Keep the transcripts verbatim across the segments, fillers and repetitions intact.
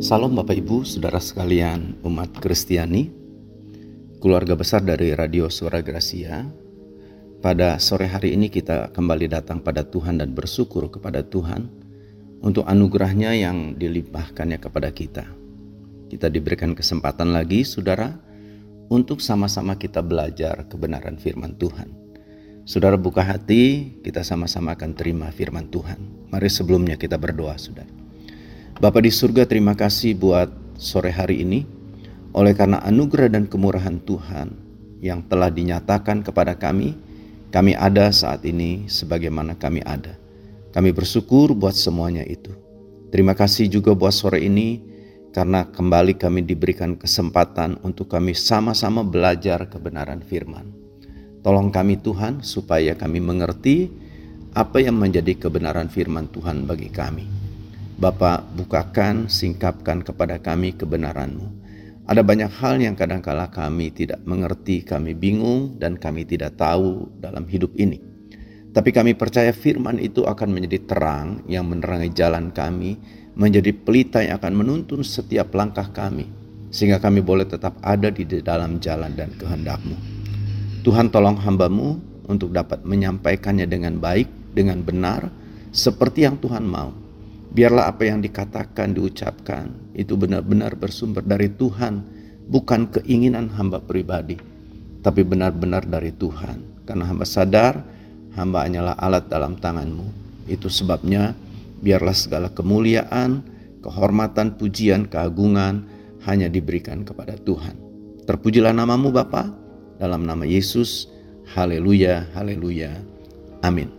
Salam Bapak Ibu, Saudara sekalian umat Kristiani, keluarga besar dari Radio Suara Gracia. Pada sore hari ini kita kembali datang pada Tuhan dan bersyukur kepada Tuhan untuk anugerahnya yang dilimpahkannya kepada kita. Kita diberikan kesempatan lagi, Saudara, untuk sama-sama kita belajar kebenaran firman Tuhan. Saudara buka hati, kita sama-sama akan terima firman Tuhan. Mari sebelumnya kita berdoa, Saudara. Bapa di surga, terima kasih buat sore hari ini, oleh karena anugerah dan kemurahan Tuhan yang telah dinyatakan kepada kami, kami ada saat ini sebagaimana kami ada. Kami bersyukur buat semuanya itu. Terima kasih juga buat sore ini, karena kembali kami diberikan kesempatan untuk kami sama-sama belajar kebenaran firman. Tolong kami Tuhan, supaya kami mengerti apa yang menjadi kebenaran firman Tuhan bagi kami. Bapak, bukakan, singkapkan kepada kami kebenaran-Mu. Ada banyak hal yang kadangkala kami tidak mengerti, kami bingung, dan kami tidak tahu dalam hidup ini. Tapi kami percaya firman itu akan menjadi terang yang menerangi jalan kami, menjadi pelita yang akan menuntun setiap langkah kami, sehingga kami boleh tetap ada di dalam jalan dan kehendak-Mu. Tuhan, tolong hamba-Mu untuk dapat menyampaikannya dengan baik, dengan benar, seperti yang Tuhan mau. Biarlah apa yang dikatakan, diucapkan, itu benar-benar bersumber dari Tuhan, bukan keinginan hamba pribadi, tapi benar-benar dari Tuhan. Karena hamba sadar, hamba hanyalah alat dalam tangan-Mu. Itu sebabnya, biarlah segala kemuliaan, kehormatan, pujian, keagungan hanya diberikan kepada Tuhan. Terpujilah nama-Mu Bapa, dalam nama Yesus. Haleluya, haleluya, amin.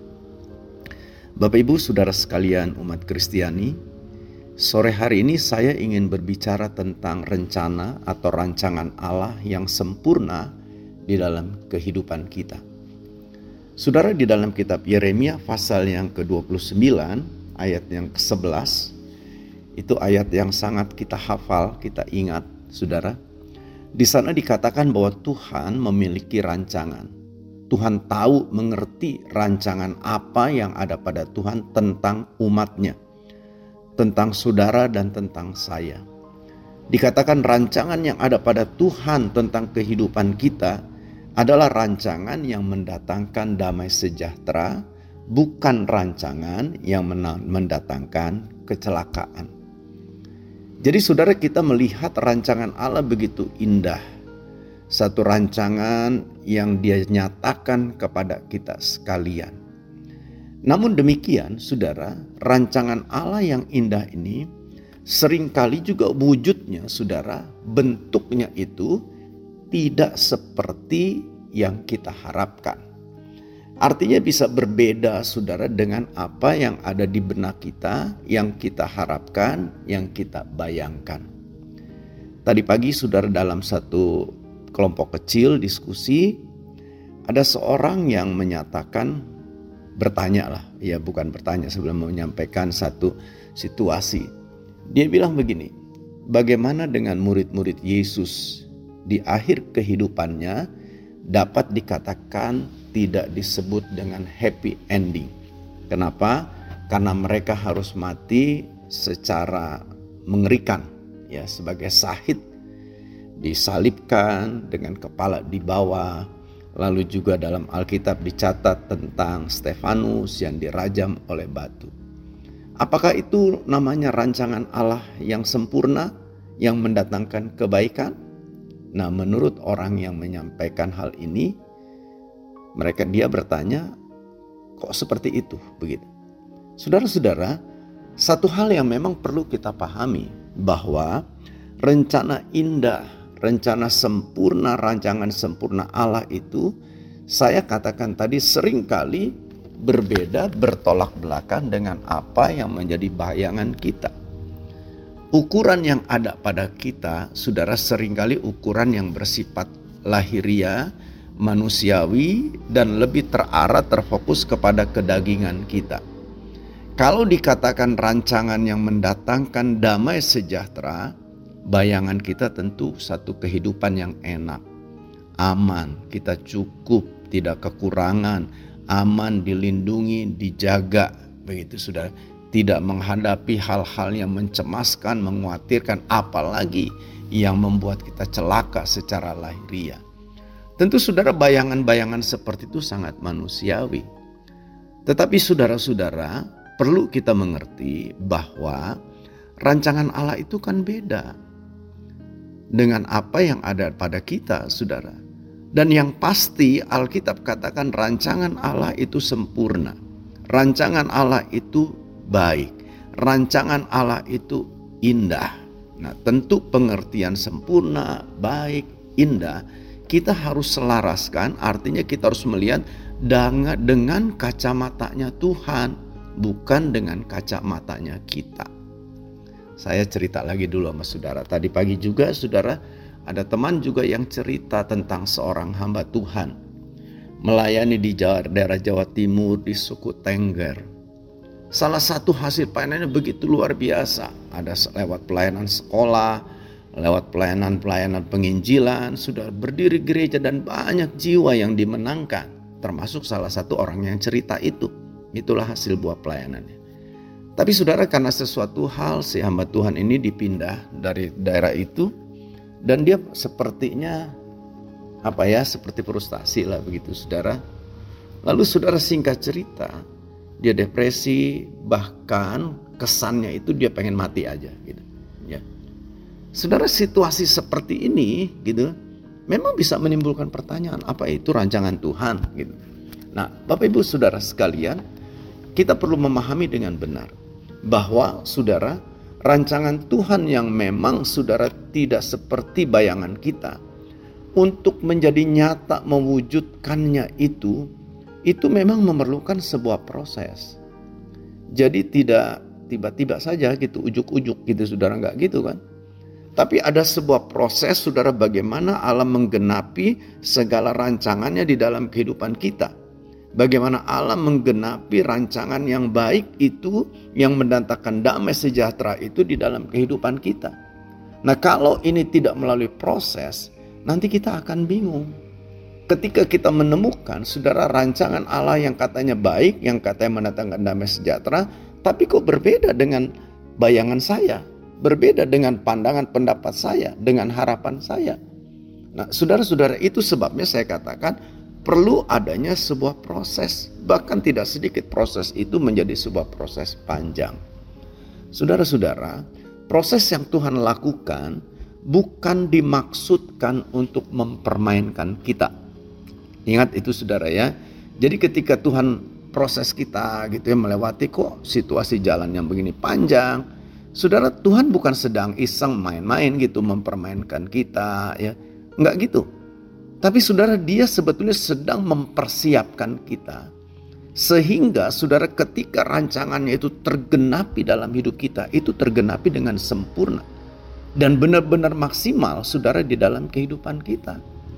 Bapak Ibu Saudara sekalian umat Kristiani, sore hari ini saya ingin berbicara tentang rencana atau rancangan Allah yang sempurna di dalam kehidupan kita. Saudara, di dalam kitab Yeremia pasal yang ke dua puluh sembilan ayat yang ke sebelas, itu ayat yang sangat kita hafal, kita ingat, Saudara. Di sana dikatakan bahwa Tuhan memiliki rancangan. Tuhan tahu, mengerti rancangan apa yang ada pada Tuhan tentang umatnya, tentang saudara dan tentang saya. Dikatakan rancangan yang ada pada Tuhan tentang kehidupan kita adalah rancangan yang mendatangkan damai sejahtera, bukan rancangan yang mendatangkan kecelakaan. Jadi saudara, kita melihat rancangan Allah begitu indah. Satu rancangan yang Dia nyatakan kepada kita sekalian. Namun demikian, saudara, rancangan Allah yang indah ini seringkali juga wujudnya, saudara, bentuknya itu tidak seperti yang kita harapkan. Artinya bisa berbeda, saudara, dengan apa yang ada di benak kita, yang kita harapkan, yang kita bayangkan. Tadi pagi, saudara, dalam satu kelompok kecil diskusi, ada seorang yang menyatakan, bertanya lah, ya bukan bertanya, sebelum menyampaikan satu situasi. Dia bilang begini, bagaimana dengan murid-murid Yesus di akhir kehidupannya dapat dikatakan tidak disebut dengan happy ending. Kenapa? Karena mereka harus mati secara mengerikan, ya, sebagai syahid, disalibkan dengan kepala di bawah. Lalu juga dalam Alkitab dicatat tentang Stefanus yang dirajam oleh batu. Apakah itu namanya rancangan Allah yang sempurna, yang mendatangkan kebaikan? Nah, menurut orang yang menyampaikan hal ini, mereka dia bertanya, kok seperti itu? Begitu. Saudara-saudara, satu hal yang memang perlu kita pahami, bahwa rencana indah, rencana sempurna, rancangan sempurna Allah itu, saya katakan tadi, seringkali berbeda, bertolak belakang dengan apa yang menjadi bayangan kita. Ukuran yang ada pada kita, saudara, seringkali ukuran yang bersifat lahiriah, manusiawi, dan lebih terarah, terfokus kepada kedagingan kita. Kalau dikatakan rancangan yang mendatangkan damai sejahtera, bayangan kita tentu satu kehidupan yang enak, aman, kita cukup, tidak kekurangan, aman, dilindungi, dijaga, begitu saudara. tidak menghadapi hal-hal yang mencemaskan, mengkhawatirkan, apalagi yang membuat kita celaka secara lahiriah. Tentu saudara, bayangan-bayangan seperti itu sangat manusiawi. Tetapi saudara-saudara, perlu kita mengerti bahwa rancangan Allah itu kan beda dengan apa yang ada pada kita, saudara. Dan yang pasti Alkitab katakan rancangan Allah itu sempurna. Rancangan Allah itu baik. Rancangan Allah itu indah. Nah, tentu pengertian sempurna, baik, indah, kita harus selaraskan, artinya kita harus melihat dengan kacamatanya Tuhan, bukan dengan kacamatanya kita. Saya cerita lagi dulu sama saudara. Tadi pagi juga saudara, ada teman juga yang cerita tentang seorang hamba Tuhan melayani di Jawa, daerah Jawa Timur di suku Tengger. Salah satu hasil panennya begitu luar biasa. Ada lewat pelayanan sekolah, lewat pelayanan-pelayanan penginjilan, sudah berdiri gereja dan banyak jiwa yang dimenangkan. Termasuk salah satu orang yang cerita itu. Itulah hasil buah pelayanannya. Tapi saudara, karena sesuatu hal si hamba Tuhan ini dipindah dari daerah itu, dan dia sepertinya apa ya, seperti frustasi lah begitu saudara. Lalu saudara, singkat cerita, dia depresi, bahkan kesannya itu dia pengen mati aja gitu. Ya. Saudara, situasi seperti ini gitu memang bisa menimbulkan pertanyaan, apa itu rancangan Tuhan gitu. Nah, Bapak Ibu Saudara sekalian, kita perlu memahami dengan benar bahwa saudara, rancangan Tuhan yang memang saudara tidak seperti bayangan kita, untuk menjadi nyata mewujudkannya itu, itu memang memerlukan sebuah proses. Jadi tidak tiba-tiba saja gitu, ujuk-ujuk gitu saudara, enggak gitu kan. Tapi ada sebuah proses saudara, bagaimana Allah menggenapi segala rancangannya di dalam kehidupan kita. Bagaimana Allah menggenapi rancangan yang baik itu, yang mendatangkan damai sejahtera itu di dalam kehidupan kita. Nah, kalau ini tidak melalui proses, nanti kita akan bingung. Ketika kita menemukan saudara rancangan Allah yang katanya baik, yang katanya mendatangkan damai sejahtera, tapi kok berbeda dengan bayangan saya, berbeda dengan pandangan pendapat saya, dengan harapan saya. Nah, saudara-saudara, itu sebabnya saya katakan perlu adanya sebuah proses, bahkan tidak sedikit proses itu menjadi sebuah proses panjang. Saudara-saudara, proses yang Tuhan lakukan bukan dimaksudkan untuk mempermainkan kita. Ingat itu saudara ya. Jadi ketika Tuhan proses kita gitu ya, melewati kok situasi jalan yang begini panjang, saudara, Tuhan bukan sedang iseng main-main gitu mempermainkan kita ya. Enggak gitu. Tapi saudara, dia sebetulnya sedang mempersiapkan kita. Sehingga saudara, ketika rancangannya itu tergenapi dalam hidup kita, itu tergenapi dengan sempurna. Dan benar-benar maksimal saudara di dalam kehidupan kita.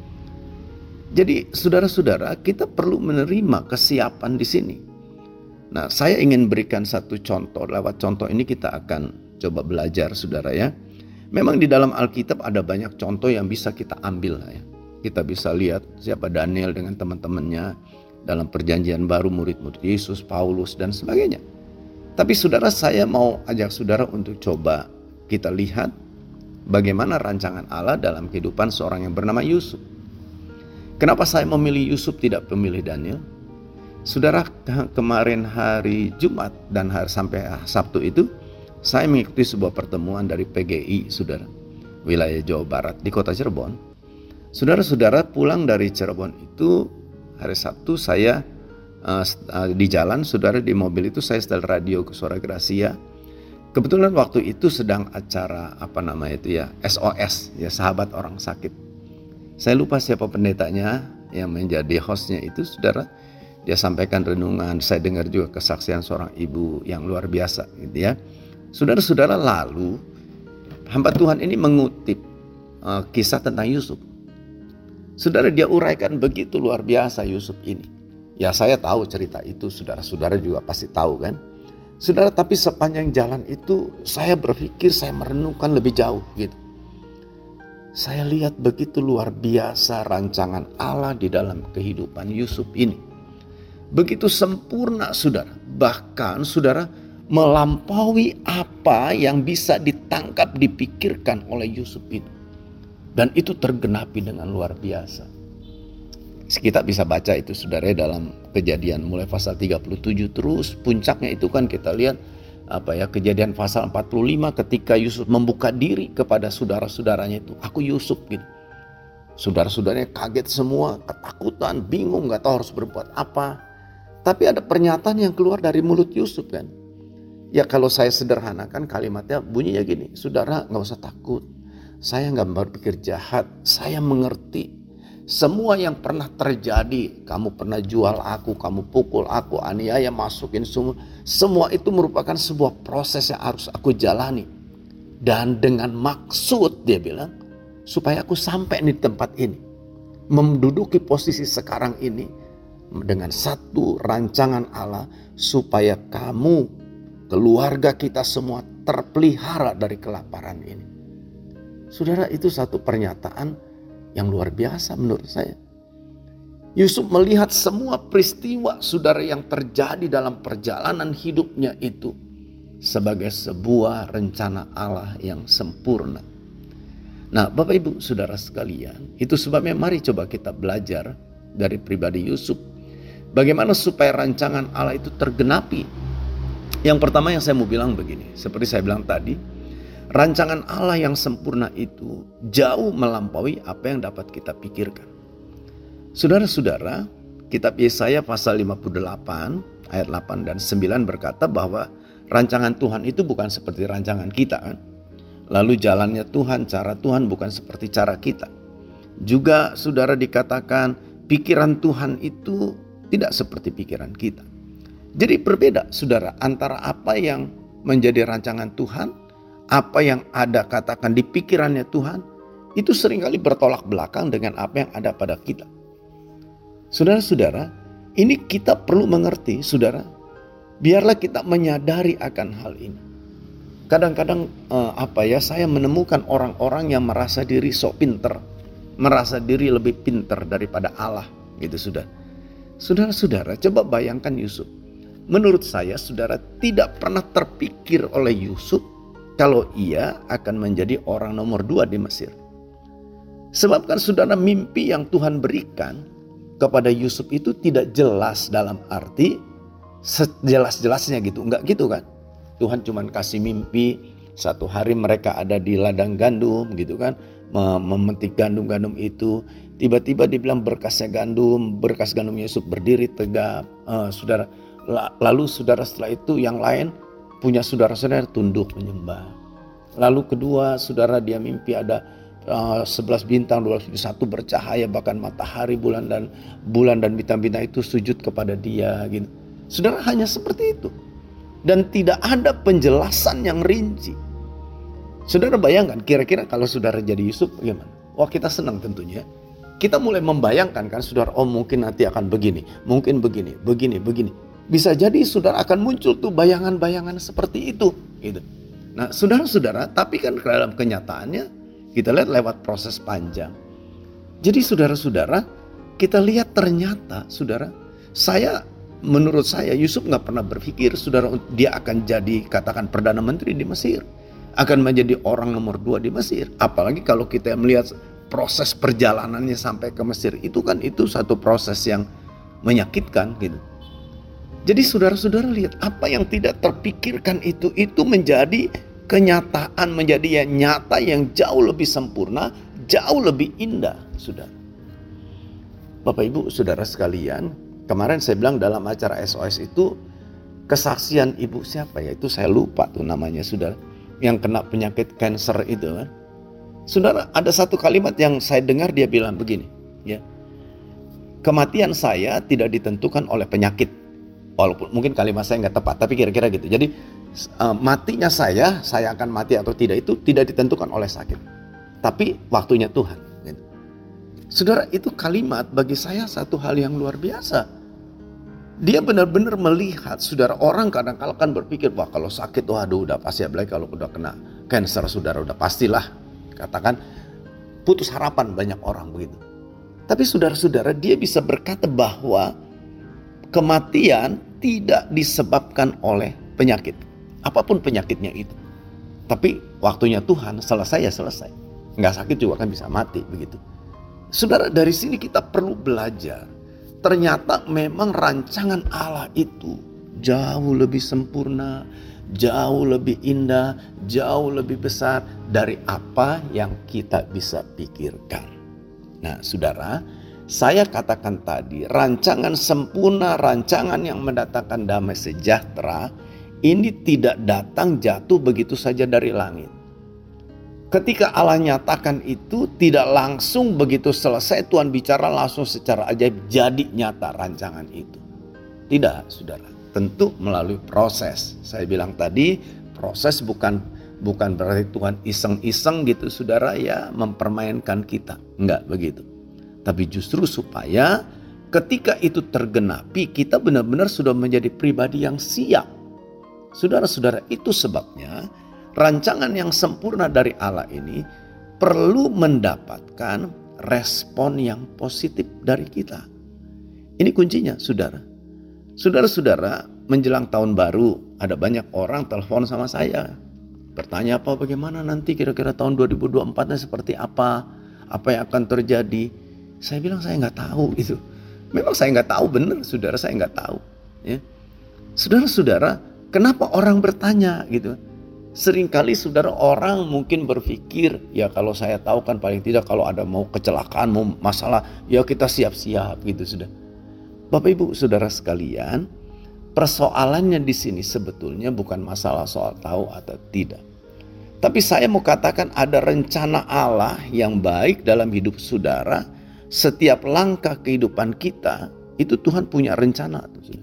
Jadi saudara-saudara, kita perlu menerima kesiapan di sini. Nah, saya ingin berikan satu contoh. Lewat contoh ini kita akan coba belajar saudara ya. Memang di dalam Alkitab ada banyak contoh yang bisa kita ambil ya. Kita bisa lihat siapa Daniel dengan teman-temannya dalam perjanjian baru, murid-murid Yesus, Paulus dan sebagainya. Tapi saudara, saya mau ajak saudara untuk coba kita lihat bagaimana rancangan Allah dalam kehidupan seorang yang bernama Yusuf. Kenapa saya memilih Yusuf tidak memilih Daniel? Saudara, kemarin hari Jumat dan hari sampai Sabtu itu saya mengikuti sebuah pertemuan dari P G I, saudara, wilayah Jawa Barat di kota Cirebon. Saudara-saudara, pulang dari Cirebon itu hari Sabtu saya uh, di jalan, saudara, di mobil itu saya setel radio ke Suara Gracia. Kebetulan waktu itu sedang acara apa nama itu ya, S O S ya, sahabat orang sakit. Saya lupa siapa pendetanya yang menjadi hostnya itu, saudara. Dia sampaikan renungan, saya dengar juga kesaksian seorang ibu yang luar biasa gitu ya. Saudara-saudara, lalu hamba Tuhan ini mengutip uh, kisah tentang Yusuf. Saudara, dia uraikan begitu luar biasa Yusuf ini. Ya, saya tahu cerita itu, saudara-saudara juga pasti tahu kan. Saudara, tapi sepanjang jalan itu saya berpikir, saya merenungkan lebih jauh gitu. Saya lihat begitu luar biasa rancangan Allah di dalam kehidupan Yusuf ini. Begitu sempurna saudara. Bahkan saudara, melampaui apa yang bisa ditangkap, dipikirkan oleh Yusuf itu. Dan itu tergenapi dengan luar biasa. Kita bisa baca itu saudara dalam Kejadian mulai pasal tiga puluh tujuh, terus puncaknya itu kan kita lihat apa ya, Kejadian pasal empat puluh lima ketika Yusuf membuka diri kepada saudara-saudaranya itu, aku Yusuf gitu. Saudara-saudaranya kaget semua, ketakutan, bingung, gak tahu harus berbuat apa. Tapi ada pernyataan yang keluar dari mulut Yusuf kan. Ya kalau saya sederhanakan kalimatnya bunyinya gini, saudara gak usah takut. Saya gak berpikir jahat, saya mengerti. Semua yang pernah terjadi, kamu pernah jual aku, kamu pukul aku, aniaya, masukin semua. Semua itu merupakan sebuah proses yang harus aku jalani. Dan dengan maksud dia bilang, supaya aku sampai di tempat ini. Menduduki posisi sekarang ini dengan satu rancangan Allah. Supaya kamu, keluarga kita semua terpelihara dari kelaparan ini. Saudara, itu satu pernyataan yang luar biasa menurut saya. Yusuf melihat semua peristiwa saudara yang terjadi dalam perjalanan hidupnya itu sebagai sebuah rencana Allah yang sempurna. Nah, Bapak Ibu saudara sekalian, itu sebabnya mari coba kita belajar dari pribadi Yusuf. Bagaimana supaya rancangan Allah itu tergenapi. Yang pertama yang saya mau bilang begini, seperti saya bilang tadi, rancangan Allah yang sempurna itu jauh melampaui apa yang dapat kita pikirkan. Saudara-saudara, kitab Yesaya pasal lima puluh delapan ayat delapan dan sembilan berkata bahwa rancangan Tuhan itu bukan seperti rancangan kita kan. Lalu jalannya Tuhan, cara Tuhan bukan seperti cara kita. Juga saudara dikatakan pikiran Tuhan itu tidak seperti pikiran kita. Jadi berbeda saudara antara apa yang menjadi rancangan Tuhan, apa yang ada katakan di pikirannya Tuhan, itu seringkali bertolak belakang dengan apa yang ada pada kita. Saudara-saudara, ini kita perlu mengerti, saudara. Biarlah kita menyadari akan hal ini. Kadang-kadang eh, apa ya, saya menemukan orang-orang yang merasa diri sok pinter, merasa diri lebih pinter daripada Allah, gitu sudah. Saudara-saudara, coba bayangkan Yusuf. Menurut saya, saudara, tidak pernah terpikir oleh Yusuf kalau ia akan menjadi orang nomor dua di Mesir. Sebab kan saudara, mimpi yang Tuhan berikan kepada Yusuf itu tidak jelas dalam arti sejelas-jelasnya gitu. Enggak gitu kan. Tuhan cuma kasih mimpi, satu hari mereka ada di ladang gandum gitu kan. Memetik gandum-gandum itu. Tiba-tiba dibilang berkasnya gandum, berkas gandum Yusuf berdiri tegap. Uh, saudara, lalu saudara setelah itu yang lain punya saudara-saudara tunduk menyembah. Lalu kedua, saudara dia mimpi ada uh, sebelas bintang, dua belas satu bercahaya, bahkan matahari, bulan dan bulan dan bintang-bintang itu sujud kepada dia gitu. Saudara, hanya seperti itu. Dan tidak ada penjelasan yang rinci. Saudara bayangkan kira-kira kalau saudara jadi Yusuf bagaimana? Wah, kita senang tentunya. Kita mulai membayangkan kan saudara, oh mungkin nanti akan begini, mungkin begini, begini, begini. Bisa jadi saudara akan muncul tuh bayangan-bayangan seperti itu gitu. Nah saudara-saudara, tapi kan dalam kenyataannya kita lihat lewat proses panjang. Jadi saudara-saudara, kita lihat ternyata saudara, saya menurut saya Yusuf gak pernah berpikir saudara dia akan jadi katakan Perdana Menteri di Mesir, akan menjadi orang nomor dua di Mesir. Apalagi kalau kita melihat proses perjalanannya sampai ke Mesir, itu kan itu satu proses yang menyakitkan gitu. Jadi saudara-saudara lihat apa yang tidak terpikirkan itu itu menjadi kenyataan, menjadi yang nyata yang jauh lebih sempurna, jauh lebih indah, saudara. Bapak Ibu, saudara sekalian, kemarin saya bilang dalam acara S O S itu kesaksian ibu siapa ya? Itu saya lupa tuh namanya, saudara, yang kena penyakit kanker itu kan. Saudara, ada satu kalimat yang saya dengar dia bilang begini, ya. Kematian saya tidak ditentukan oleh penyakit. Walaupun mungkin kalimat saya nggak tepat, tapi kira-kira gitu. Jadi uh, matinya saya, saya akan mati atau tidak itu tidak ditentukan oleh sakit, tapi waktunya Tuhan. Gitu. Saudara, itu kalimat bagi saya satu hal yang luar biasa. Dia benar-benar melihat, saudara, orang kadang-kadang kan berpikir, wah kalau sakit, waduh udah pasti, apalagi kalau udah kena kanker, saudara, udah pastilah. Katakan putus harapan banyak orang begitu. Tapi saudara-saudara, dia bisa berkata bahwa kematian tidak disebabkan oleh penyakit. apapun penyakitnya itu. Tapi waktunya Tuhan selesai ya selesai. Nggak sakit juga kan bisa mati begitu. Saudara, dari sini kita perlu belajar. Ternyata memang rancangan Allah itu jauh lebih sempurna, jauh lebih indah, jauh lebih besar dari apa yang kita bisa pikirkan. Nah, saudara, saya katakan tadi, rancangan sempurna, rancangan yang mendatangkan damai sejahtera, ini tidak datang jatuh begitu saja dari langit. Ketika Allah nyatakan itu, tidak langsung begitu selesai Tuhan bicara langsung secara ajaib jadi nyata rancangan itu. Tidak, saudara. Tentu melalui proses. Saya bilang tadi, proses bukan bukan berarti Tuhan iseng-iseng gitu, saudara, ya mempermainkan kita. Enggak begitu. Tapi justru supaya ketika itu tergenapi, kita benar-benar sudah menjadi pribadi yang siap. Saudara-saudara, itu sebabnya rancangan yang sempurna dari Allah ini perlu mendapatkan respon yang positif dari kita. Ini kuncinya, saudara. Saudara-saudara, menjelang tahun baru ada banyak orang telepon sama saya. Bertanya apa bagaimana nanti kira-kira tahun dua ribu dua puluh empat-nya seperti apa? Apa yang akan terjadi? Saya bilang saya nggak tahu itu. Memang saya nggak tahu, benar saudara, saya nggak tahu. Ya. Saudara-saudara, kenapa orang bertanya gitu? Seringkali saudara, orang mungkin berpikir, ya kalau saya tahu kan paling tidak kalau ada mau kecelakaan, mau masalah, ya kita siap-siap gitu sudah. Bapak Ibu saudara sekalian, persoalannya di sini sebetulnya bukan masalah soal tahu atau tidak. Tapi saya mau katakan ada rencana Allah yang baik dalam hidup saudara. Setiap langkah kehidupan kita itu Tuhan punya rencana.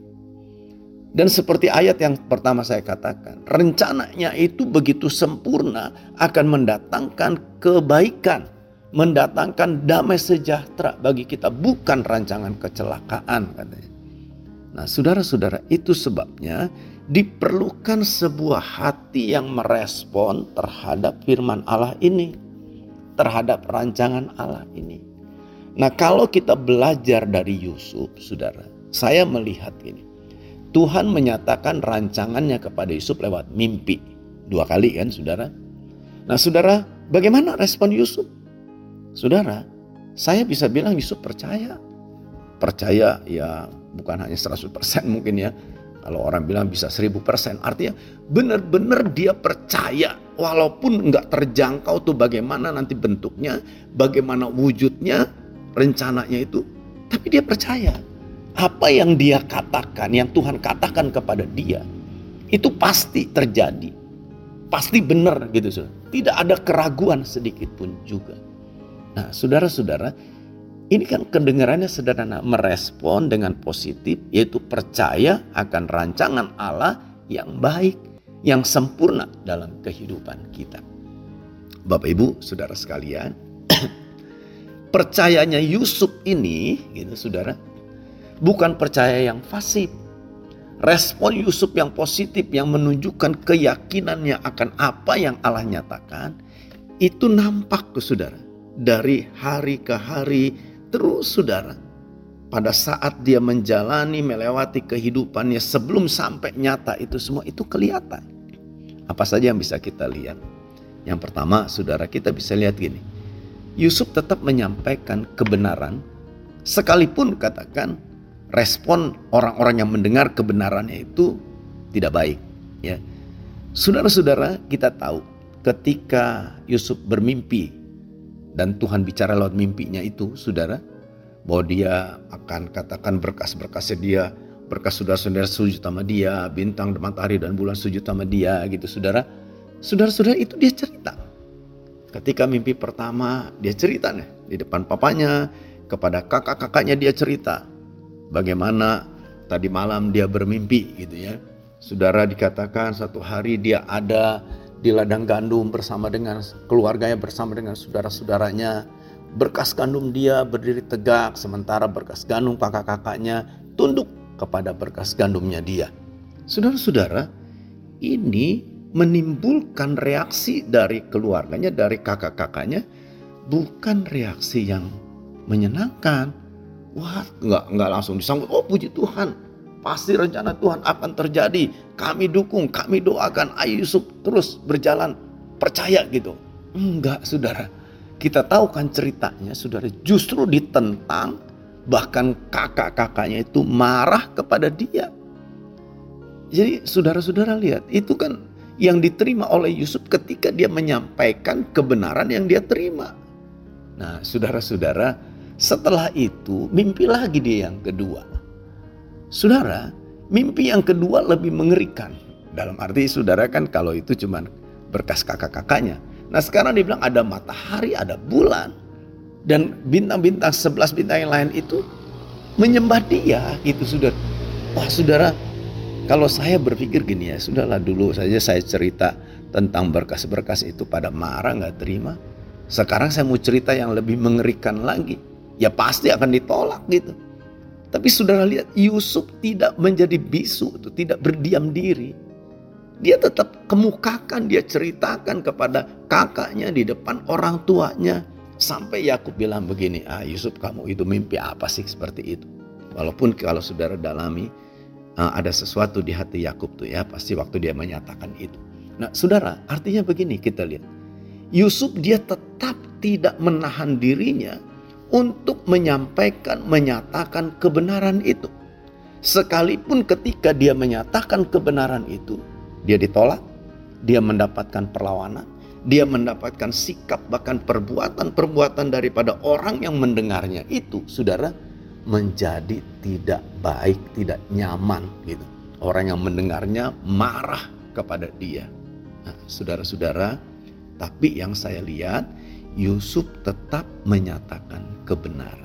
Dan seperti ayat yang pertama saya katakan, rencananya itu begitu sempurna akan mendatangkan kebaikan, mendatangkan damai sejahtera bagi kita, bukan rancangan kecelakaan katanya. Nah, saudara-saudara, itu sebabnya diperlukan sebuah hati yang merespon terhadap firman Allah ini, terhadap rancangan Allah ini. Nah, kalau kita belajar dari Yusuf, saudara, saya melihat ini. Tuhan menyatakan rancangannya kepada Yusuf lewat mimpi. Dua kali kan, saudara. Nah, saudara, bagaimana respon Yusuf? Saudara, saya bisa bilang Yusuf percaya. Percaya ya bukan hanya seratus persen mungkin ya. Kalau orang bilang bisa seribu persen. Artinya benar-benar dia percaya. Walaupun nggak terjangkau tuh bagaimana nanti bentuknya, bagaimana wujudnya, rencananya itu. Tapi dia percaya. Apa yang dia katakan, yang Tuhan katakan kepada dia, itu pasti terjadi. Pasti benar gitu. Saudara. Tidak ada keraguan sedikit pun juga. Nah, saudara-saudara, ini kan kedengarannya sederhana, merespon dengan positif, yaitu percaya akan rancangan Allah yang baik, yang sempurna dalam kehidupan kita. Bapak Ibu, saudara sekalian, percayanya Yusuf ini, gitu saudara, bukan percaya yang pasif. Respon Yusuf yang positif, yang menunjukkan keyakinannya akan apa yang Allah nyatakan, itu nampak ke saudara. Dari hari ke hari, terus saudara, pada saat dia menjalani, melewati kehidupannya sebelum sampai nyata itu semua, itu kelihatan. Apa saja yang bisa kita lihat? Yang pertama, saudara, kita bisa lihat gini. Yusuf tetap menyampaikan kebenaran, sekalipun katakan respon orang-orang yang mendengar kebenarannya itu tidak baik. Ya, saudara-saudara, kita tahu ketika Yusuf bermimpi, dan Tuhan bicara lewat mimpinya itu, saudara, bahwa dia akan katakan berkas-berkasnya dia, berkas saudara-saudara sujud sama dia, bintang, matahari dan bulan sujud sama dia, gitu saudara. Saudara-saudara, itu dia cerita. Ketika mimpi pertama, dia cerita nih di depan papanya, kepada kakak-kakaknya dia cerita. Bagaimana tadi malam dia bermimpi gitu ya. Saudara, dikatakan satu hari dia ada di ladang gandum bersama dengan keluarganya, bersama dengan saudara-saudaranya. Berkas gandum dia berdiri tegak, sementara berkas gandum kakak-kakaknya tunduk kepada berkas gandumnya dia. Saudara-saudara, ini menimbulkan reaksi dari keluarganya, dari kakak-kakaknya, bukan reaksi yang menyenangkan. Wah, nggak nggak langsung disambut. Oh, puji Tuhan, pasti rencana Tuhan akan terjadi. Kami dukung, kami doakan. Ayo Yusuf terus berjalan, percaya gitu. Enggak, saudara. Kita tahu kan ceritanya, saudara, justru ditentang. Bahkan kakak-kakaknya itu marah kepada dia. Jadi saudara-saudara lihat, itu kan yang diterima oleh Yusuf ketika dia menyampaikan kebenaran yang dia terima. Nah, saudara-saudara, setelah itu mimpi lagi dia yang kedua. Saudara, mimpi yang kedua lebih mengerikan. Dalam arti saudara kan kalau itu cuma berkas kakak-kakaknya. Nah sekarang dibilang ada matahari, ada bulan. Dan bintang-bintang, sebelas bintang yang lain itu menyembah dia gitu saudara. Wah saudara, kalau saya berpikir gini ya, sudahlah dulu saja saya cerita tentang berkas-berkas itu pada marah gak terima. Sekarang saya mau cerita yang lebih mengerikan lagi. Ya pasti akan ditolak gitu. Tapi saudara lihat, Yusuf tidak menjadi bisu, itu tidak berdiam diri. Dia tetap kemukakan, dia ceritakan kepada kakaknya di depan orang tuanya. Sampai Yakub bilang begini, ah Yusuf kamu itu mimpi apa sih seperti itu. Walaupun kalau saudara dalami, ada sesuatu di hati Yakub tuh ya, pasti waktu dia menyatakan itu. Nah saudara, artinya begini kita lihat. Yusuf dia tetap tidak menahan dirinya untuk menyampaikan, menyatakan kebenaran itu. Sekalipun ketika dia menyatakan kebenaran itu, dia ditolak, dia mendapatkan perlawanan, dia mendapatkan sikap bahkan perbuatan-perbuatan daripada orang yang mendengarnya itu, saudara, menjadi tidak baik, tidak nyaman gitu. Orang yang mendengarnya marah kepada dia. Nah, saudara-saudara, tapi yang saya lihat Yusuf tetap menyatakan kebenaran.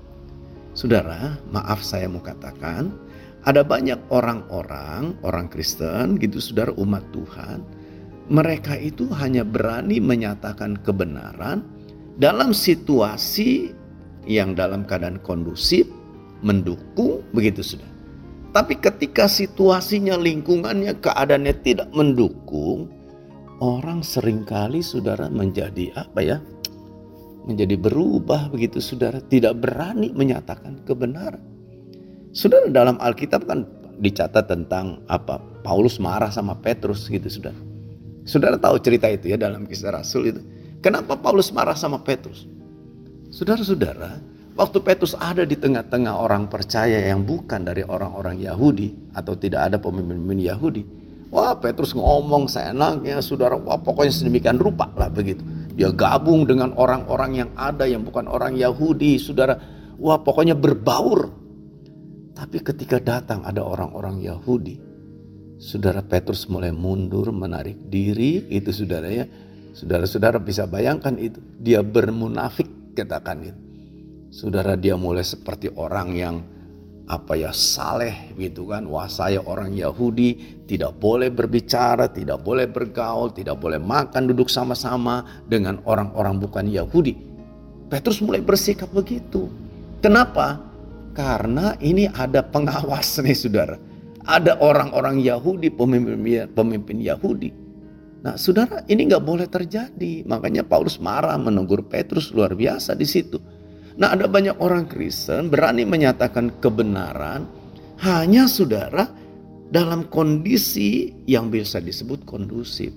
Saudara, maaf saya mau katakan, ada banyak orang-orang, orang Kristen gitu saudara, umat Tuhan. Mereka itu hanya berani menyatakan kebenaran dalam situasi yang dalam keadaan kondusif, mendukung, begitu sudah. Tapi ketika situasinya, lingkungannya, keadaannya tidak mendukung, orang seringkali saudara menjadi apa ya? Menjadi berubah begitu saudara, tidak berani menyatakan kebenaran. Saudara, dalam Alkitab kan dicatat tentang apa? Paulus marah sama Petrus gitu saudara. Saudara tahu cerita itu ya dalam Kisah Rasul itu. Kenapa Paulus marah sama Petrus? Saudara-saudara, waktu Petrus ada di tengah-tengah orang percaya yang bukan dari orang-orang Yahudi atau tidak ada pemimpin-pemimpin Yahudi. Wah, Petrus ngomong seenaknya, saudara, wah pokoknya sedemikian rupa lah begitu. Dia gabung dengan orang-orang yang ada yang bukan orang Yahudi, saudara. Wah, pokoknya berbaur. Tapi ketika datang ada orang-orang Yahudi, saudara, Petrus mulai mundur, menarik diri, itu saudara ya. Saudara-saudara bisa bayangkan itu. Dia bermunafik, katakan itu. Saudara, dia mulai seperti orang yang apa ya, saleh gitu kan. Wah, saya orang Yahudi, tidak boleh berbicara, tidak boleh bergaul, tidak boleh makan, duduk sama-sama dengan orang-orang bukan Yahudi. Petrus mulai bersikap begitu. Kenapa? Karena ini ada pengawas nih saudara. Ada orang-orang Yahudi, pemimpin, pemimpin Yahudi. Nah saudara, ini gak boleh terjadi. Makanya Paulus marah, menegur Petrus luar biasa di situ. Nah ada banyak orang Kristen berani menyatakan kebenaran hanya saudara dalam kondisi yang bisa disebut kondusif.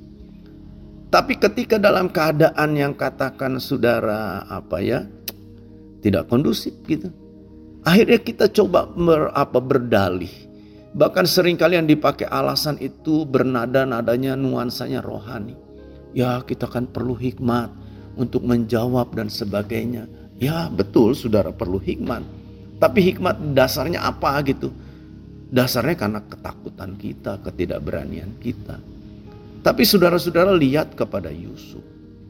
Tapi ketika dalam keadaan yang katakan saudara apa ya, tidak kondusif gitu, akhirnya kita coba ber, apa, berdalih. Bahkan seringkali yang dipakai alasan itu bernada-nadanya nuansanya rohani. Ya kita kan perlu hikmat untuk menjawab dan sebagainya. Ya betul saudara, perlu hikmat. Tapi hikmat dasarnya apa gitu? Dasarnya karena ketakutan kita, ketidakberanian kita. Tapi saudara-saudara lihat kepada Yusuf.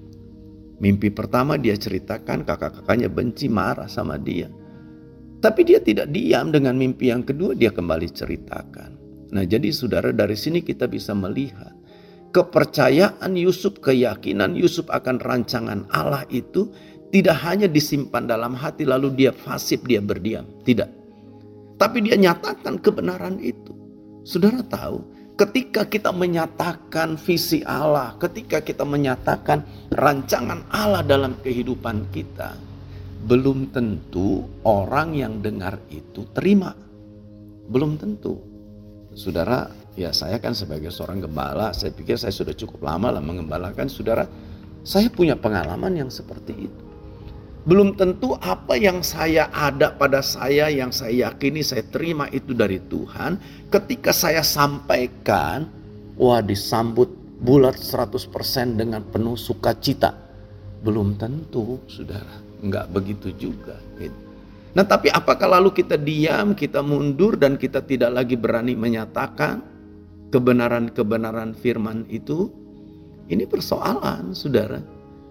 Mimpi pertama dia ceritakan, kakak-kakaknya benci, marah sama dia. Tapi dia tidak diam, dengan mimpi yang kedua dia kembali ceritakan. Nah jadi saudara, dari sini kita bisa melihat kepercayaan Yusuf, keyakinan Yusuf akan rancangan Allah itu tidak hanya disimpan dalam hati lalu dia fasib, dia berdiam. Tidak. Tapi dia nyatakan kebenaran itu. Saudara tahu, ketika kita menyatakan visi Allah, ketika kita menyatakan rancangan Allah dalam kehidupan kita, belum tentu orang yang dengar itu terima. Belum tentu. Saudara, ya saya kan sebagai seorang gembala, saya pikir saya sudah cukup lama lah mengembalakan. Saudara, saya punya pengalaman yang seperti itu. Belum tentu apa yang saya ada pada saya, yang saya yakini, saya terima itu dari Tuhan. Ketika saya sampaikan, wah disambut bulat seratus persen dengan penuh sukacita. Belum tentu, saudara. Enggak begitu juga. Gitu. Nah tapi apakah lalu kita diam, kita mundur dan kita tidak lagi berani menyatakan kebenaran-kebenaran firman itu? Ini persoalan, saudara.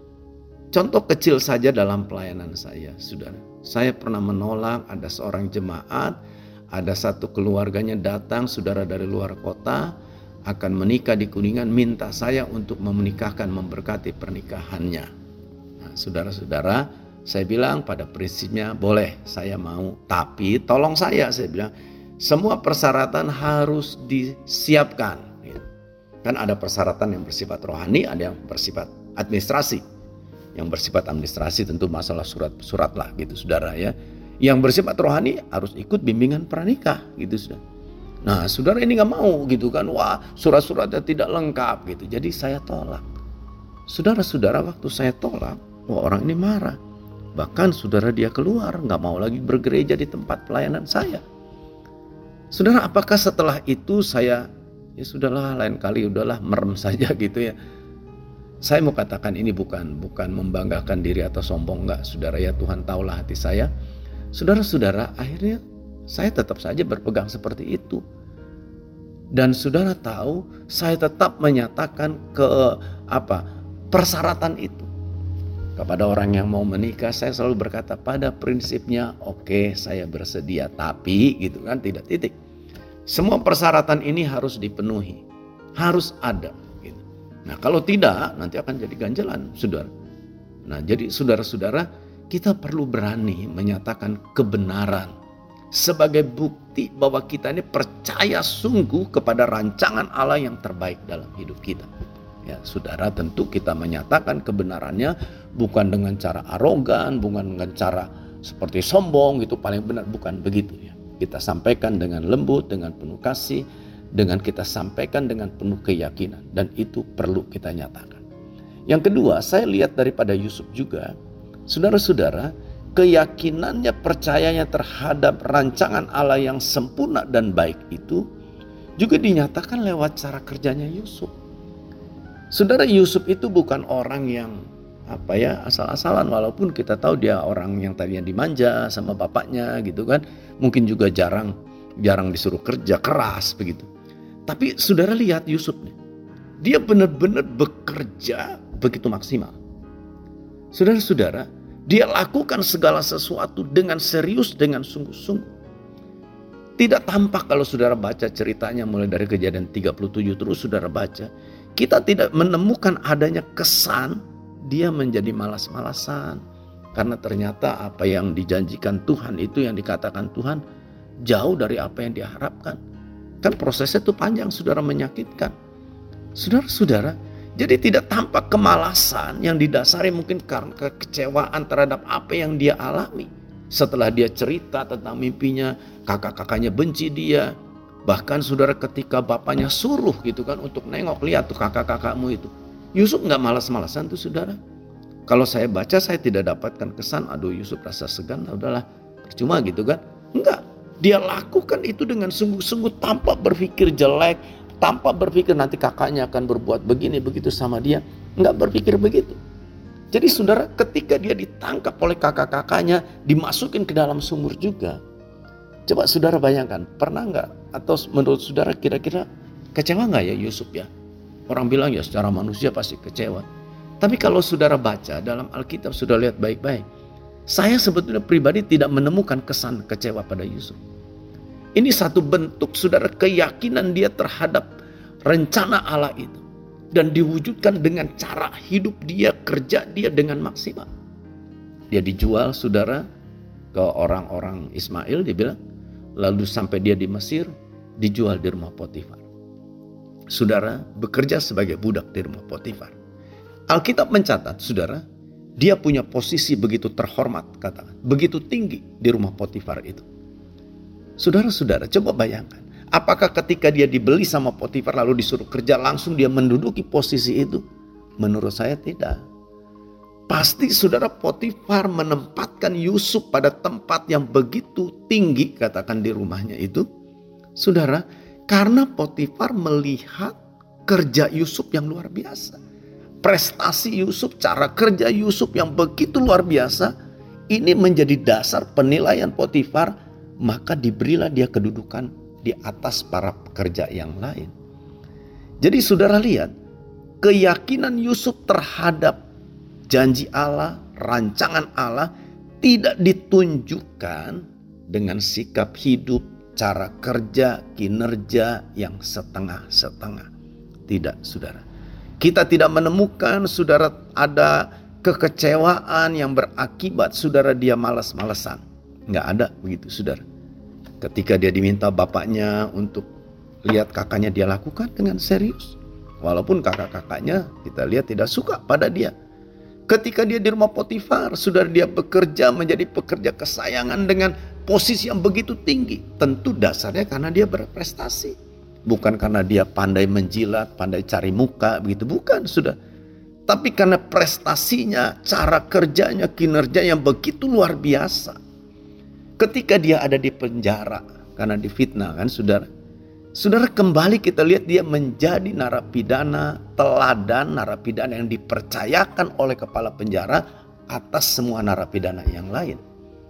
Contoh kecil saja dalam pelayanan saya, saudara. Saya pernah menolak ada seorang jemaat, ada satu keluarganya datang, saudara dari luar kota, akan menikah di Kuningan, minta saya untuk memenikahkan, memberkati pernikahannya. Nah, saudara-saudara, saya bilang pada prinsipnya boleh, saya mau. Tapi tolong saya, saya bilang, semua persyaratan harus disiapkan. Kan ada persyaratan yang bersifat rohani, ada yang bersifat administrasi. Yang bersifat administrasi tentu masalah surat-surat lah gitu saudara ya. Yang bersifat rohani harus ikut bimbingan pranikah gitu saudara. Nah saudara ini gak mau gitu kan. Wah surat-suratnya tidak lengkap gitu. Jadi saya tolak. Saudara-saudara waktu saya tolak, wah orang ini marah. Bahkan saudara dia keluar, gak mau lagi bergereja di tempat pelayanan saya. Saudara apakah setelah itu saya, ya sudahlah lain kali udahlah merem saja gitu ya. Saya mau katakan ini bukan bukan membanggakan diri atau sombong, enggak saudara ya, Tuhan tahulah hati saya. Saudara-saudara akhirnya saya tetap saja berpegang seperti itu. Dan saudara tahu saya tetap menyatakan ke apa persyaratan itu. Kepada orang yang mau menikah saya selalu berkata pada prinsipnya oke okay, saya bersedia, tapi gitu kan tidak titik. Semua persyaratan ini harus dipenuhi, harus ada. Gitu. Nah kalau tidak nanti akan jadi ganjalan saudara. Nah jadi saudara-saudara kita perlu berani menyatakan kebenaran sebagai bukti bahwa kita ini percaya sungguh kepada rancangan Allah yang terbaik dalam hidup kita. Ya, saudara tentu kita menyatakan kebenarannya bukan dengan cara arogan, bukan dengan cara seperti sombong gitu paling benar, bukan begitu ya. Kita sampaikan dengan lembut, dengan penuh kasih, dengan kita sampaikan dengan penuh keyakinan dan itu perlu kita nyatakan. Yang kedua, saya lihat daripada Yusuf juga, saudara-saudara, keyakinannya, percayanya terhadap rancangan Allah yang sempurna dan baik itu juga dinyatakan lewat cara kerjanya Yusuf. Saudara Yusuf itu bukan orang yang apa ya asal-asalan, walaupun kita tahu dia orang yang tadinya dimanja sama bapaknya gitu kan, mungkin juga jarang jarang disuruh kerja keras begitu. Tapi saudara lihat Yusuf nih, dia benar-benar bekerja begitu maksimal. Saudara-saudara, dia lakukan segala sesuatu dengan serius, dengan sungguh-sungguh. Tidak tampak kalau saudara baca ceritanya mulai dari Kejadian tiga puluh tujuh terus saudara baca. Kita tidak menemukan adanya kesan dia menjadi malas-malasan. Karena ternyata apa yang dijanjikan Tuhan itu, yang dikatakan Tuhan jauh dari apa yang diharapkan. Kan prosesnya itu panjang, saudara, menyakitkan. Saudara-saudara, jadi tidak tampak kemalasan yang didasari mungkin karena kekecewaan terhadap apa yang dia alami. Setelah dia cerita tentang mimpinya, kakak-kakaknya benci dia. Bahkan saudara ketika bapaknya suruh gitu kan untuk nengok, lihat tuh kakak-kakakmu itu. Yusuf gak malas-malasan tuh saudara. Kalau saya baca saya tidak dapatkan kesan, aduh Yusuf rasa segan, nah udahlah percuma gitu kan. Enggak, dia lakukan itu dengan sungguh-sungguh tanpa berpikir jelek, tanpa berpikir nanti kakaknya akan berbuat begini begitu sama dia. Enggak berpikir begitu. Jadi saudara ketika dia ditangkap oleh kakak-kakaknya, dimasukin ke dalam sumur juga. Coba saudara bayangkan, pernah enggak atau menurut saudara kira-kira kecewa enggak ya Yusuf ya? Orang bilang ya secara manusia pasti kecewa. Tapi kalau saudara baca dalam Alkitab, sudah lihat baik-baik. Saya sebetulnya pribadi tidak menemukan kesan kecewa pada Yusuf. Ini satu bentuk saudara keyakinan dia terhadap rencana Allah itu. Dan diwujudkan dengan cara hidup dia, kerja dia dengan maksimal. Dia dijual saudara ke orang-orang Ismail, dia bilang. Lalu sampai dia di Mesir, dijual di rumah Potifar. Saudara bekerja sebagai budak di rumah Potifar. Alkitab mencatat, saudara, dia punya posisi begitu terhormat, katakan, begitu tinggi di rumah Potifar itu. Saudara-saudara, coba bayangkan. Apakah ketika dia dibeli sama Potifar lalu disuruh kerja langsung dia menduduki posisi itu? Menurut saya tidak. Pasti saudara Potifar menempatkan Yusuf pada tempat yang begitu tinggi, katakan di rumahnya itu. Saudara, karena Potifar melihat kerja Yusuf yang luar biasa. Prestasi Yusuf, cara kerja Yusuf yang begitu luar biasa. Ini menjadi dasar penilaian Potifar. Maka diberilah dia kedudukan di atas para pekerja yang lain. Jadi saudara lihat, keyakinan Yusuf terhadap janji Allah, rancangan Allah tidak ditunjukkan dengan sikap hidup, cara kerja, kinerja yang setengah-setengah. Tidak, saudara. Kita tidak menemukan saudara ada kekecewaan yang berakibat saudara dia malas-malesan. Nggak ada begitu, saudara. Ketika dia diminta bapaknya untuk lihat kakaknya, dia lakukan dengan serius. Walaupun kakak-kakaknya kita lihat tidak suka pada dia. Ketika dia di rumah Potifar, saudara, dia bekerja menjadi pekerja kesayangan dengan posisi yang begitu tinggi. Tentu dasarnya karena dia berprestasi. Bukan karena dia pandai menjilat, pandai cari muka, begitu. Bukan, sudah. Tapi karena prestasinya, cara kerjanya, kinerja yang begitu luar biasa. Ketika dia ada di penjara karena difitnah kan saudara. Saudara, kembali kita lihat dia menjadi narapidana teladan, narapidana yang dipercayakan oleh kepala penjara atas semua narapidana yang lain.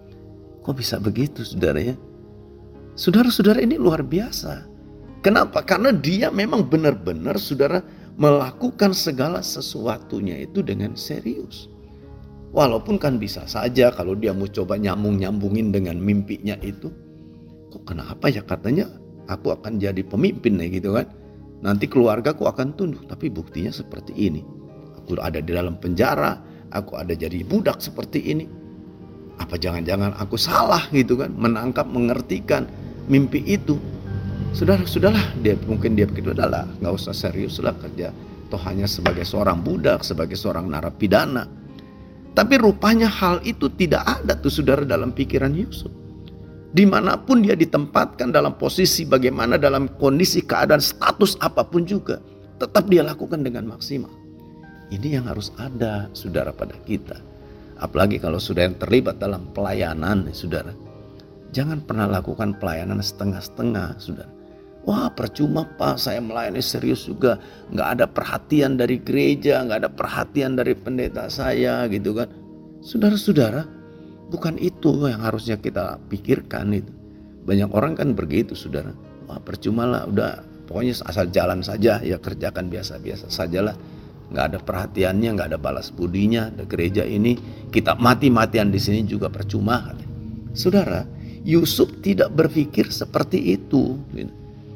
Kok bisa begitu saudara ya? Saudara-saudara, ini luar biasa. Kenapa? Karena dia memang benar-benar saudara melakukan segala sesuatunya itu dengan serius. Walaupun kan bisa saja kalau dia mau coba nyambung-nyambungin dengan mimpinya itu. Kok kenapa ya katanya aku akan jadi pemimpin nih gitu kan. Nanti keluargaku akan tunduk. Tapi buktinya seperti ini. Aku ada di dalam penjara. Aku ada jadi budak seperti ini. Apa jangan-jangan aku salah gitu kan. Menangkap, mengertikan mimpi itu. Saudara, sudahlah. Dia, mungkin dia begitu. Udahlah, gak usah serius lah kerja. Toh hanya sebagai seorang budak, sebagai seorang narapidana. Tapi rupanya hal itu tidak ada tuh saudara dalam pikiran Yusuf. Dimanapun dia ditempatkan dalam posisi bagaimana, dalam kondisi keadaan status apapun juga. Tetap dia lakukan dengan maksimal. Ini yang harus ada saudara pada kita. Apalagi kalau sudah yang terlibat dalam pelayanan saudara. Jangan pernah lakukan pelayanan setengah-setengah saudara. Wah percuma Pak, saya melayani serius juga. Gak ada perhatian dari gereja, gak ada perhatian dari pendeta saya gitu kan. Saudara-saudara, bukan itu yang harusnya kita pikirkan itu. Banyak orang kan begitu saudara. Wah percuma lah, udah pokoknya asal jalan saja, ya kerjakan biasa-biasa sajalah. Gak ada perhatiannya, gak ada balas budinya. Ada gereja ini, kita mati-matian di sini juga percuma. Saudara, Yusuf tidak berpikir seperti itu gitu.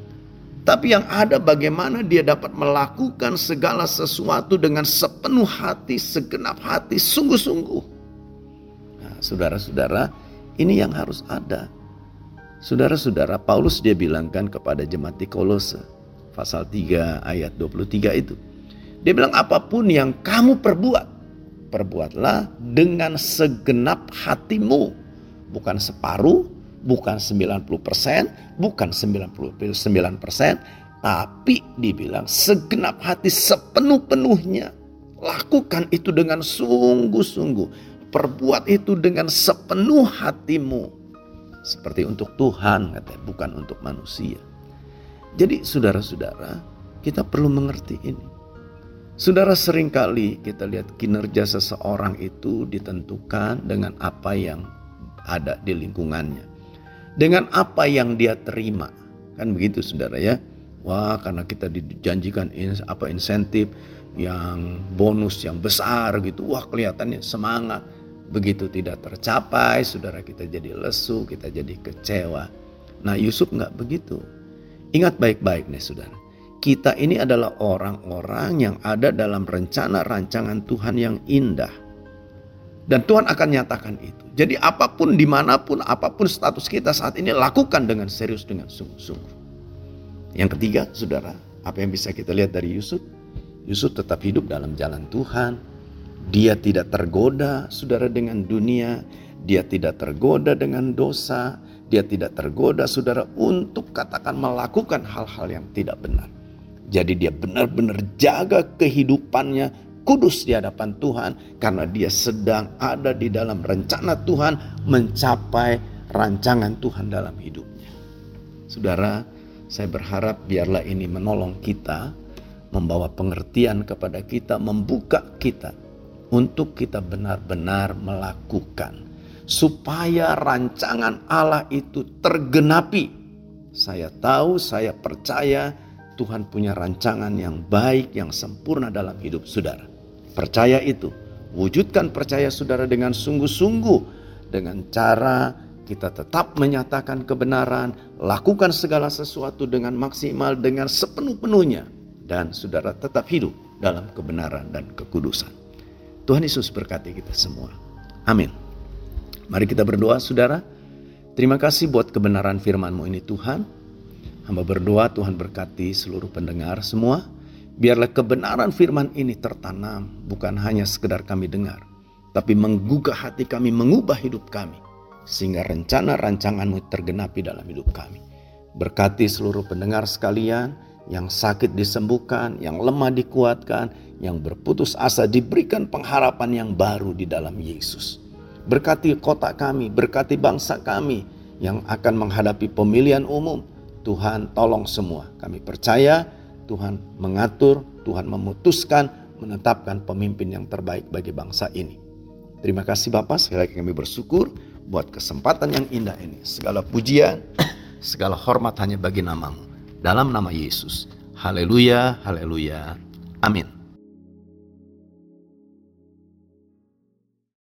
Tapi yang ada bagaimana dia dapat melakukan segala sesuatu dengan sepenuh hati, segenap hati, sungguh-sungguh. Nah, saudara-saudara, ini yang harus ada. Saudara-saudara, Paulus dia bilangkan kepada jemaat di Kolose, pasal tiga ayat dua puluh tiga itu. Dia bilang apapun yang kamu perbuat, perbuatlah dengan segenap hatimu. Bukan separuh, bukan sembilan puluh persen, bukan sembilan puluh sembilan persen, tapi dibilang segenap hati sepenuh-penuhnya. Lakukan itu dengan sungguh-sungguh. Perbuat itu dengan sepenuh hatimu. Seperti untuk Tuhan, katanya, bukan untuk manusia. Jadi saudara-saudara, kita perlu mengerti ini. Saudara, seringkali kita lihat kinerja seseorang itu ditentukan dengan apa yang ada di lingkungannya. Dengan apa yang dia terima. Kan begitu saudara ya. Wah karena kita dijanjikan in, apa insentif yang bonus yang besar gitu. Wah kelihatannya semangat. Begitu tidak tercapai saudara kita jadi lesu, kita jadi kecewa. Nah Yusuf gak begitu. Ingat baik-baik nih saudara. Kita ini adalah orang-orang yang ada dalam rencana rancangan Tuhan yang indah. Dan Tuhan akan nyatakan itu. Jadi apapun, dimanapun, apapun status kita saat ini, lakukan dengan serius, dengan sungguh-sungguh. Yang ketiga, saudara, apa yang bisa kita lihat dari Yusuf? Yusuf tetap hidup dalam jalan Tuhan. Dia tidak tergoda, saudara, dengan dunia. Dia tidak tergoda dengan dosa. Dia tidak tergoda, saudara, untuk katakan melakukan hal-hal yang tidak benar. Jadi dia benar-benar jaga kehidupannya kudus di hadapan Tuhan, karena dia sedang ada di dalam rencana Tuhan, mencapai rancangan Tuhan dalam hidupnya. Saudara, saya berharap biarlah ini menolong kita, membawa pengertian kepada kita, membuka kita untuk kita benar-benar melakukan, supaya rancangan Allah itu tergenapi. Saya tahu, saya percaya Tuhan punya rancangan yang baik, yang sempurna dalam hidup saudara. Percaya itu. Wujudkan percaya saudara dengan sungguh-sungguh. Dengan cara kita tetap menyatakan kebenaran. Lakukan segala sesuatu dengan maksimal, dengan sepenuh-penuhnya. Dan saudara tetap hidup dalam kebenaran dan kekudusan. Tuhan Yesus berkati kita semua. Amin. Mari kita berdoa, saudara. Terima kasih buat kebenaran firman-Mu ini, Tuhan. Hamba berdoa Tuhan berkati seluruh pendengar semua. Biarlah kebenaran firman ini tertanam, bukan hanya sekedar kami dengar, tapi menggugah hati kami, mengubah hidup kami, sehingga rencana rancangan-Mu tergenapi dalam hidup kami. Berkati seluruh pendengar sekalian, yang sakit disembuhkan, yang lemah dikuatkan, yang berputus asa diberikan pengharapan yang baru di dalam Yesus. Berkati kota kami, berkati bangsa kami yang akan menghadapi pemilihan umum. Tuhan tolong semua. Kami percaya Tuhan mengatur, Tuhan memutuskan, menetapkan pemimpin yang terbaik bagi bangsa ini. Terima kasih Bapak, sekali lagi kami bersyukur buat kesempatan yang indah ini. Segala pujian, segala hormat hanya bagi nama-Mu. Dalam nama Yesus. Haleluya, haleluya. Amin.